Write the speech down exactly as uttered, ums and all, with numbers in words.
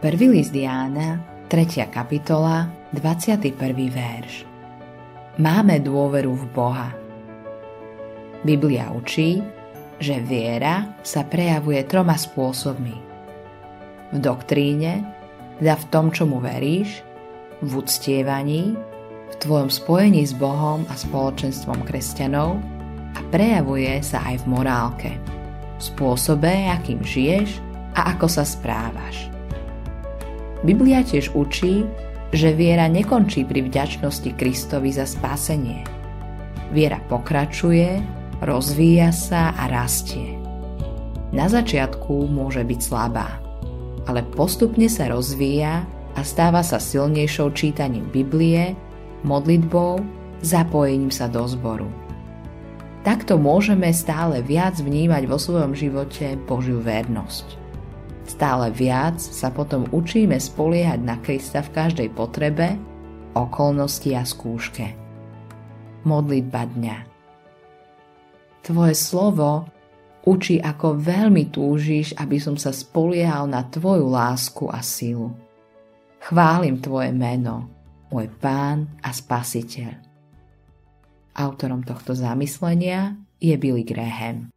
Prvý list Jána, tretia kapitola, dvadsiaty prvý verš. Máme dôveru v Boha. Biblia učí, že viera sa prejavuje troma spôsobmi. V doktríne, teda v tom, čomu veríš, v uctievaní, v tvojom spojení s Bohom a spoločenstvom kresťanov a prejavuje sa aj v morálke, v spôsobe, akým žiješ a ako sa správaš. Biblia tiež učí, že viera nekončí pri vďačnosti Kristovi za spásenie. Viera pokračuje, rozvíja sa a rastie. Na začiatku môže byť slabá, ale postupne sa rozvíja a stáva sa silnejšou čítaním Biblie, modlitbou, zapojením sa do zboru. Takto môžeme stále viac vnímať vo svojom živote Božiu vernosť. Stále viac sa potom učíme spoliehať na Krista v každej potrebe, okolnosti a skúške. Modlitba dňa. Tvoje slovo učí, ako veľmi túžiš, aby som sa spoliehal na tvoju lásku a silu. Chválim tvoje meno, môj Pán a Spasiteľ. Autorom tohto zamyslenia je Billy Graham.